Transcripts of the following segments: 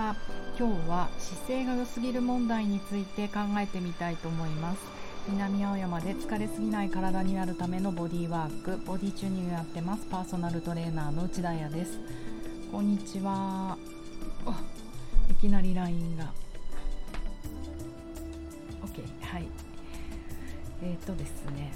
は。今日は姿勢が良すぎる問題について考えてみたいと思います。南青山で疲れすぎない体になるためのボディーワーク、ボディチューニングやってます。パーソナルトレーナーの内田彩です。こんにちは。いきなり LINE が OK。 はい、ですね、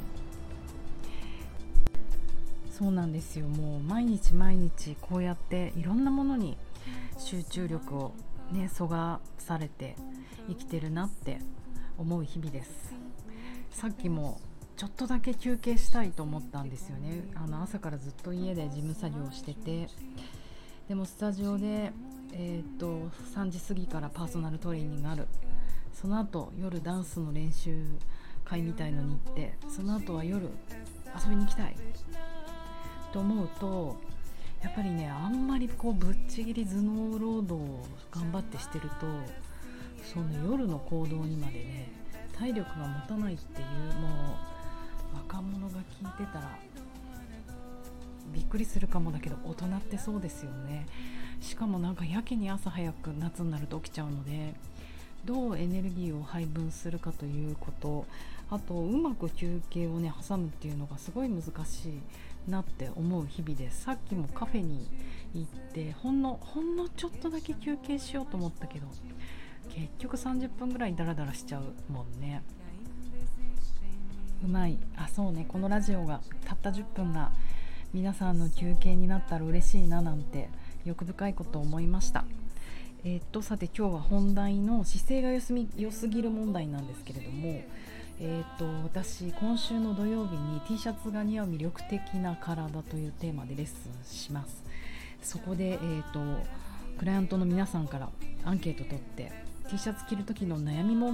そうなんですよ。もう毎日毎日こうやっていろんなものに集中力をね、そがされて生きてるなって思う日々です。さっきもちょっとだけ休憩したいと思ったんですよね。朝からずっと家で事務作業をしてて、でもスタジオで、3時過ぎからパーソナルトレーニングがある。その後夜ダンスの練習会みたいのに行って、その後は夜遊びに行きたいと思うと、やっぱりね、あんまりこうぶっちぎり頭脳労働を頑張ってしてると、その夜の行動にまでね、体力が持たないっていう、もう若者が聞いてたらびっくりするかもだけど、大人ってそうですよね。しかもなんかやけに朝早く夏になると起きちゃうので、どうエネルギーを配分するかということ、あとうまく休憩をね挟むっていうのがすごい難しいなって思う日々です。さっきもカフェに行ってほんのちょっとだけ休憩しようと思ったけど、結局30分ぐらいダラダラしちゃうもんね。うまい。そうね、このラジオがたった10分が皆さんの休憩になったら嬉しいななんて欲深いことを思いました。さて今日は本題の姿勢が良すぎる問題なんですけれども、私今週の土曜日に T シャツが似合う魅力的な体というテーマでレッスンします。そこで、クライアントの皆さんからアンケート取って T シャツ着る時の悩み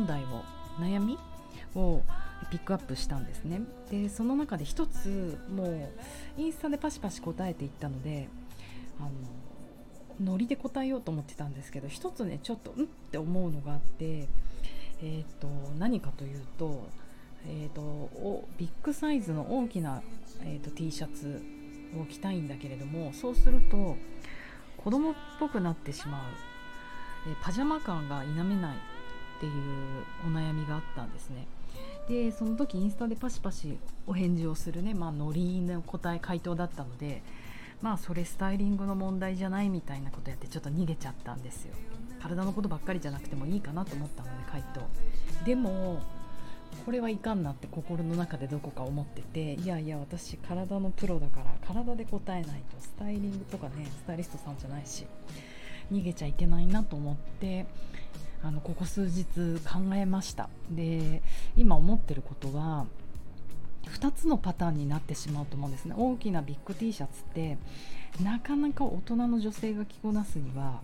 をピックアップしたんですね。でその中で一つ、もうインスタでパシパシ答えていったので、ノリで答えようと思ってたんですけど、一つねちょっとって思うのがあって、何かというと、ビッグサイズの大きな、T シャツを着たいんだけれども、そうすると子供っぽくなってしまう、パジャマ感が否めないっていうお悩みがあったんですね。でその時インスタでパシパシお返事をするね、ノリの回答だったので、それスタイリングの問題じゃないみたいなことやってちょっと逃げちゃったんですよ。体のことばっかりじゃなくてもいいかなと思ったので回答。でもこれはいかんなって心の中でどこか思ってて、いや私体のプロだから体で答えないと、スタイリングとかねスタイリストさんじゃないし逃げちゃいけないなと思って、ここ数日考えました。で今思ってることは2つのパターンになってしまうと思うんですね。大きなビッグ T シャツってなかなか大人の女性が着こなすには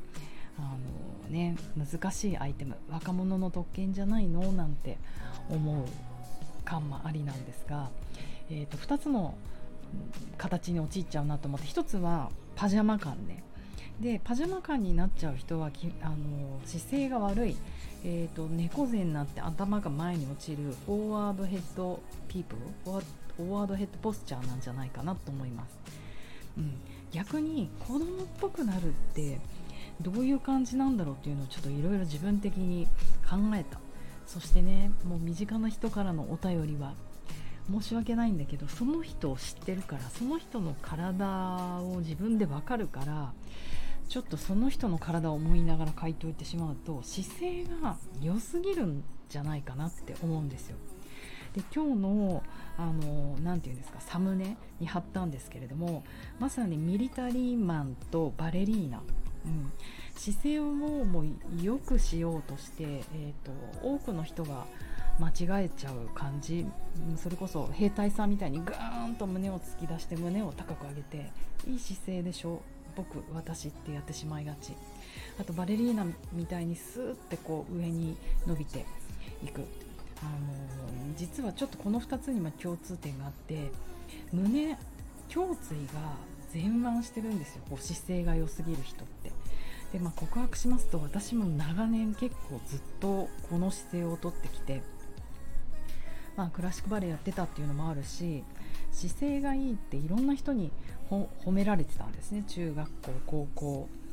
難しいアイテム、若者の特権じゃないのなんて思う感もありなんですが、2つの形に陥っちゃうなと思って、1つはパジャマ感ね。でパジャマ感になっちゃう人は姿勢が悪い、猫背になって頭が前に落ちるフォワードヘッドポスチャーなんじゃないかなと思います。逆に子供っぽくなるってどういう感じなんだろうっていうのをちょっといろいろ自分的に考えた。そしてね、もう身近な人からのお便りは申し訳ないんだけど、その人を知ってるから、その人の体を自分で分かるから、ちょっとその人の体を思いながら書いておいてしまうと、姿勢が良すぎるんじゃないかなって思うんですよ。で今日のなんていうんですか、サムネに貼ったんですけれども、まさにミリタリーマンとバレリーナ、姿勢をもう良くしようとして、多くの人が間違えちゃう感じ、それこそ兵隊さんみたいにガーンと胸を突き出して胸を高く上げて、いい姿勢でしょ私ってやってしまいがち。あとバレリーナみたいにスーってこう上に伸びていく。実はちょっとこの2つにも共通点があって、胸胸椎が前腕してるんですよ、こう姿勢が良すぎる人って。で、告白しますと、私も長年結構ずっとこの姿勢をとってきて、クラシックバレエやってたっていうのもあるし、姿勢がいいっていろんな人に褒められてたんですね。中学校高校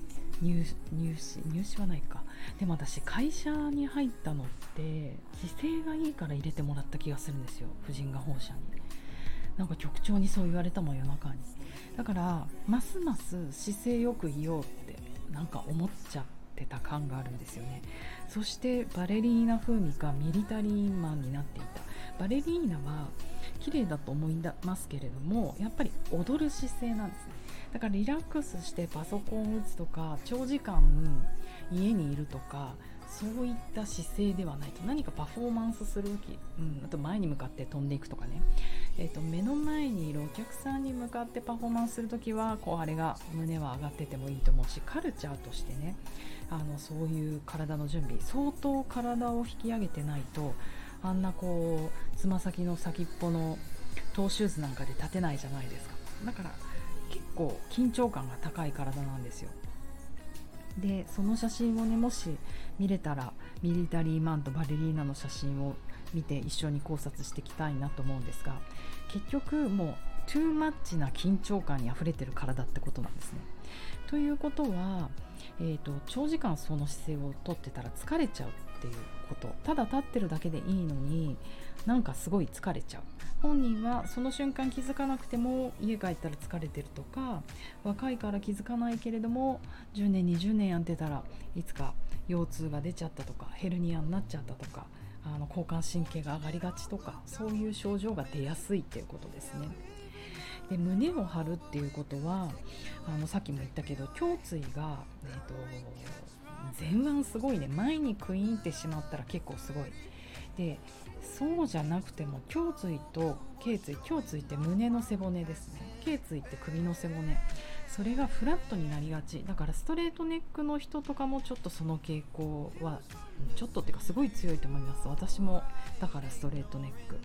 入試はないか。でも私会社に入ったのって姿勢がいいから入れてもらった気がするんですよ、婦人科放射に。なんか局長にそう言われたもん、夜中に。だからますます姿勢よくいようってなんか思っちゃってた感があるんですよね。そしてバレリーナ風味かミリタリーマンになっていた。バレリーナは綺麗だと思いますけれども、やっぱり踊る姿勢なんですね。だからリラックスしてパソコンを打つとか長時間家にいるとか、そういった姿勢ではないと。何かパフォーマンスする時、あと前に向かって飛んでいくとかね、目の前にいるお客さんに向かってパフォーマンスするときはあれが胸は上がっててもいいと思うし、カルチャーとしてね、そういう体の準備、相当体を引き上げてないとあんなつま先の先っぽのトーシューズなんかで立てないじゃないですか。だから結構緊張感が高い体なんですよ。でその写真をね、もし見れたらミリタリーマンとバレリーナの写真を見て一緒に考察していきたいなと思うんですが、結局もうトゥーマッチな緊張感にあふれてる体ってことなんですね。ということは、長時間その姿勢をとってたら疲れちゃうっていうこと。ただ立ってるだけでいいのになんかすごい疲れちゃう。本人はその瞬間気づかなくても家帰ったら疲れてるとか、若いから気づかないけれども10年20年やってたらいつか腰痛が出ちゃったとか、ヘルニアになっちゃったとか、交感神経が上がりがちとか、そういう症状が出やすいっていうことですね。で胸を張るっていうことはさっきも言ったけど胸椎が、前腕すごいね、前にクイーンってしまったら結構すごい。でそうじゃなくても胸椎と頸椎、胸椎って胸の背骨ですね、頸椎って首の背骨、それがフラットになりがちだから、ストレートネックの人とかもちょっとその傾向はちょっとっていうかすごい強いと思います。私もだからストレートネック、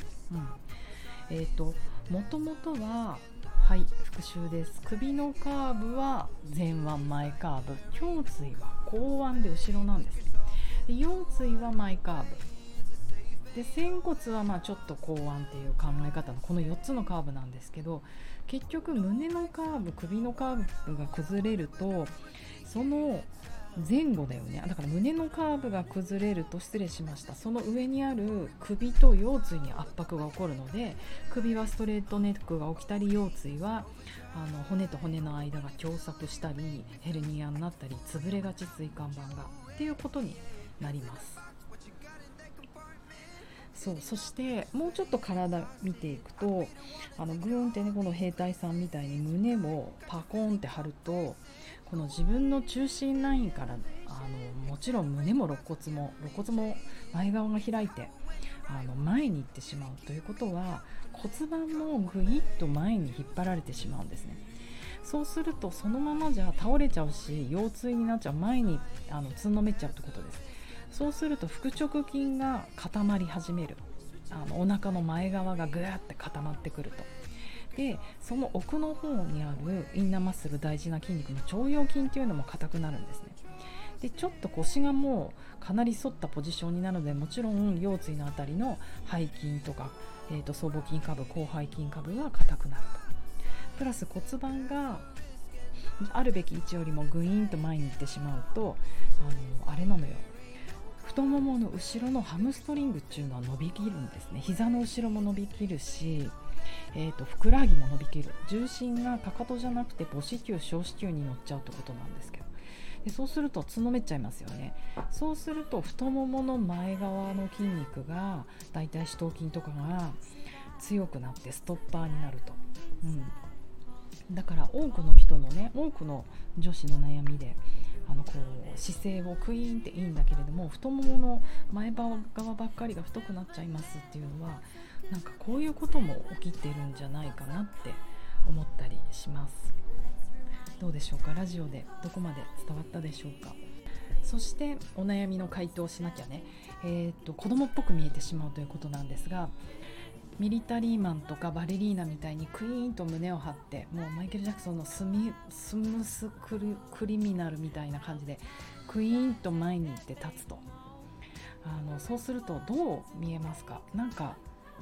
もともとは復習です。首のカーブは前腕前カーブ、胸椎は後腕で後ろなんですね。で腰椎は前カーブで、仙骨はちょっと後腕っていう考え方のこの4つのカーブなんですけど、結局胸のカーブ、首のカーブが崩れるとその前後だよね。だから胸のカーブが崩れると、失礼しました、その上にある首と腰椎に圧迫が起こるので、首はストレートネックが起きたり、腰椎は骨と骨の間が狭窄したり、ヘルニアになったり、潰れがち椎間板がっていうことになります。そしてもうちょっと体見ていくとグーンってね、この兵隊さんみたいに胸をパコーンって張ると、この自分の中心ラインからもちろん胸も肋骨も前側が開いて前に行ってしまうということは、骨盤もぐいっと前に引っ張られてしまうんですね。そうするとそのままじゃ倒れちゃうし、腰椎になっちゃう、前につんのめっちゃうということです。そうすると腹直筋が固まり始める。お腹の前側がぐーって固まってくると。でその奥の方にあるインナーマッスル、大事な筋肉の腸腰筋っていうのも硬くなるんですね。でちょっと腰がもうかなり反ったポジションになるので、もちろん腰椎のあたりの背筋とか、僧帽筋下部、広背筋下部は硬くなると。プラス骨盤があるべき位置よりもグイーンと前に行ってしまうとあれなのよ、太ももの後ろのハムストリングっていうのは伸びきるんですね。膝の後ろも伸びきるし、ふくらはぎも伸びきる。重心がかかとじゃなくて母子球小子球に乗っちゃうってことなんですけど、でそうするとつんのめっちゃいますよね。そうすると太ももの前側の筋肉がだいたい四頭筋とかが強くなってストッパーになると、だから多くの人のね、多くの女子の悩みで姿勢をクイーンっていいんだけれども、太ももの前側ばっかりが太くなっちゃいますっていうのは、なんかこういうことも起きてるんじゃないかなって思ったりします。どうでしょうか、ラジオでどこまで伝わったでしょうか。そしてお悩みの回答をしなきゃね、子供っぽく見えてしまうということなんですが、ミリタリーマンとかバレリーナみたいにクイーンと胸を張って、もうマイケル・ジャクソンのスムースクリミナルみたいな感じでクイーンと前に行って立つと、そうするとどう見えますか。なんか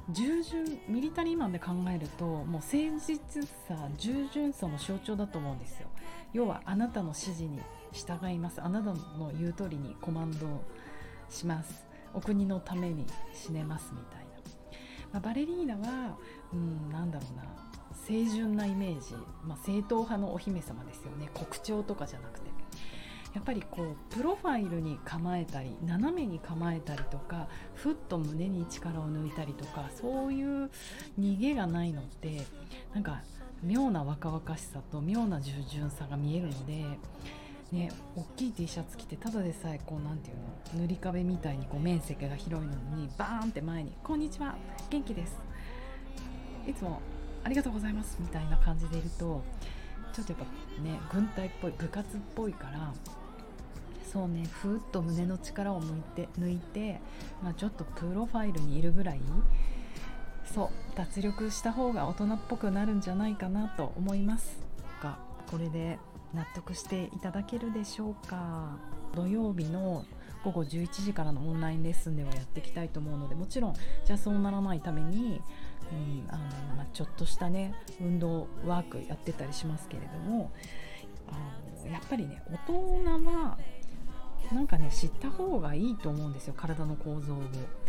ミリタリーマンで考えるともう誠実さ、従順さの象徴だと思うんですよ。要はあなたの指示に従います、あなたの言う通りにコマンドします、お国のために死ねますみたいな、バレリーナは、なんだろうな、清純なイメージ、正統派のお姫様ですよね。国鳥とかじゃなくて、やっぱりこうプロファイルに構えたり斜めに構えたりとか、ふっと胸に力を抜いたりとか、そういう逃げがないのってなんか妙な若々しさと妙な従順さが見えるのでね、大きい T シャツ着てただでさえこうなんていうの、塗り壁みたいにこう面積が広いのにバーンって前にこんにちは元気ですいつもありがとうございますみたいな感じでいると、ちょっとやっぱね軍隊っぽい、部活っぽいから、そうね、ふーっと胸の力を抜いて、ちょっとプロファイルにいるぐらい、そう脱力した方が大人っぽくなるんじゃないかなと思いますが、これで納得していただけるでしょうか。土曜日の午後11時からのオンラインレッスンではやっていきたいと思うので、もちろんじゃあそうならないために、ちょっとしたね運動ワークやってたりしますけれども、やっぱりね大人はなんかね知った方がいいと思うんですよ、体の構造を。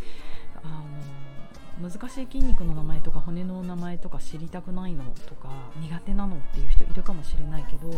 難しい筋肉の名前とか骨の名前とか知りたくないのとか苦手なのっていう人いるかもしれないけど、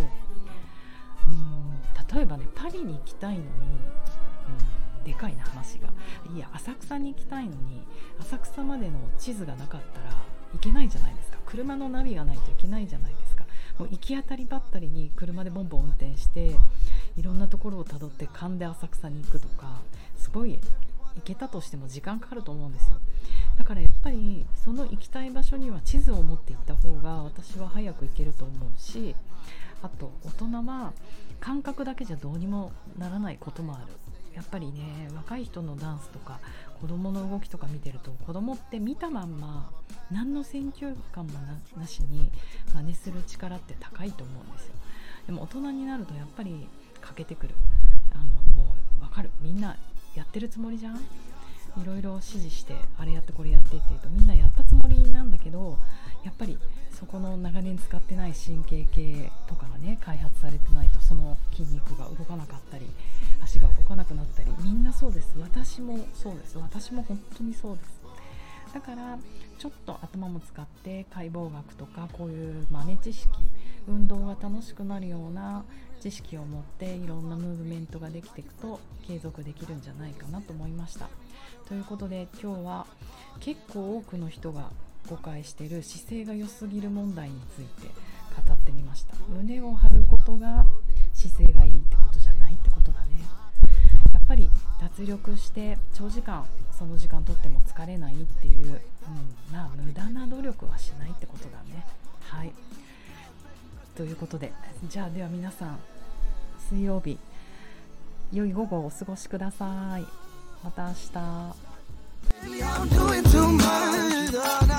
例えばねパリに行きたいのに、でかいな話が、いや浅草に行きたいのに浅草までの地図がなかったらいけないじゃないですか。車のナビがないといけないじゃないですか。もう行き当たりばったりに車でボンボン運転していろんなところをたどって勘で浅草に行くとか、すごい行けたとしても時間かかると思うんですよ。だからやっぱりその行きたい場所には地図を持って行った方が私は早く行けると思うし、あと大人は感覚だけじゃどうにもならないこともある。やっぱりね若い人のダンスとか子供の動きとか見てると、子供って見たまんま何の選球感も なしに真似する力って高いと思うんですよ。でも大人になるとやっぱり欠けてくる。もう分かる、みんなやってるつもりじゃん。いろいろ指示してあれやってこれやってって言うとみんなやったつもりなんだけど、やっぱりそこの長年使ってない神経系とかがね開発されてないと、その筋肉が動かなかったり足が動かなくなったり、みんなそうです。私もそうです。私も本当にそうです。だからちょっと頭も使って解剖学とかこういうマネ知識、運動が楽しくなるような知識を持っていろんなムーブメントができていくと継続できるんじゃないかなと思いました。ということで今日は結構多くの人が誤解している姿勢が良すぎる問題について語ってみました。胸を張ることが姿勢がいいってことじゃないってことだね。やっぱり脱力して長時間その時間とっても疲れないっていう、無駄な努力はしないってことだね。はい、ということで、じゃあでは皆さん水曜日良い午後をお過ごしください。また明日。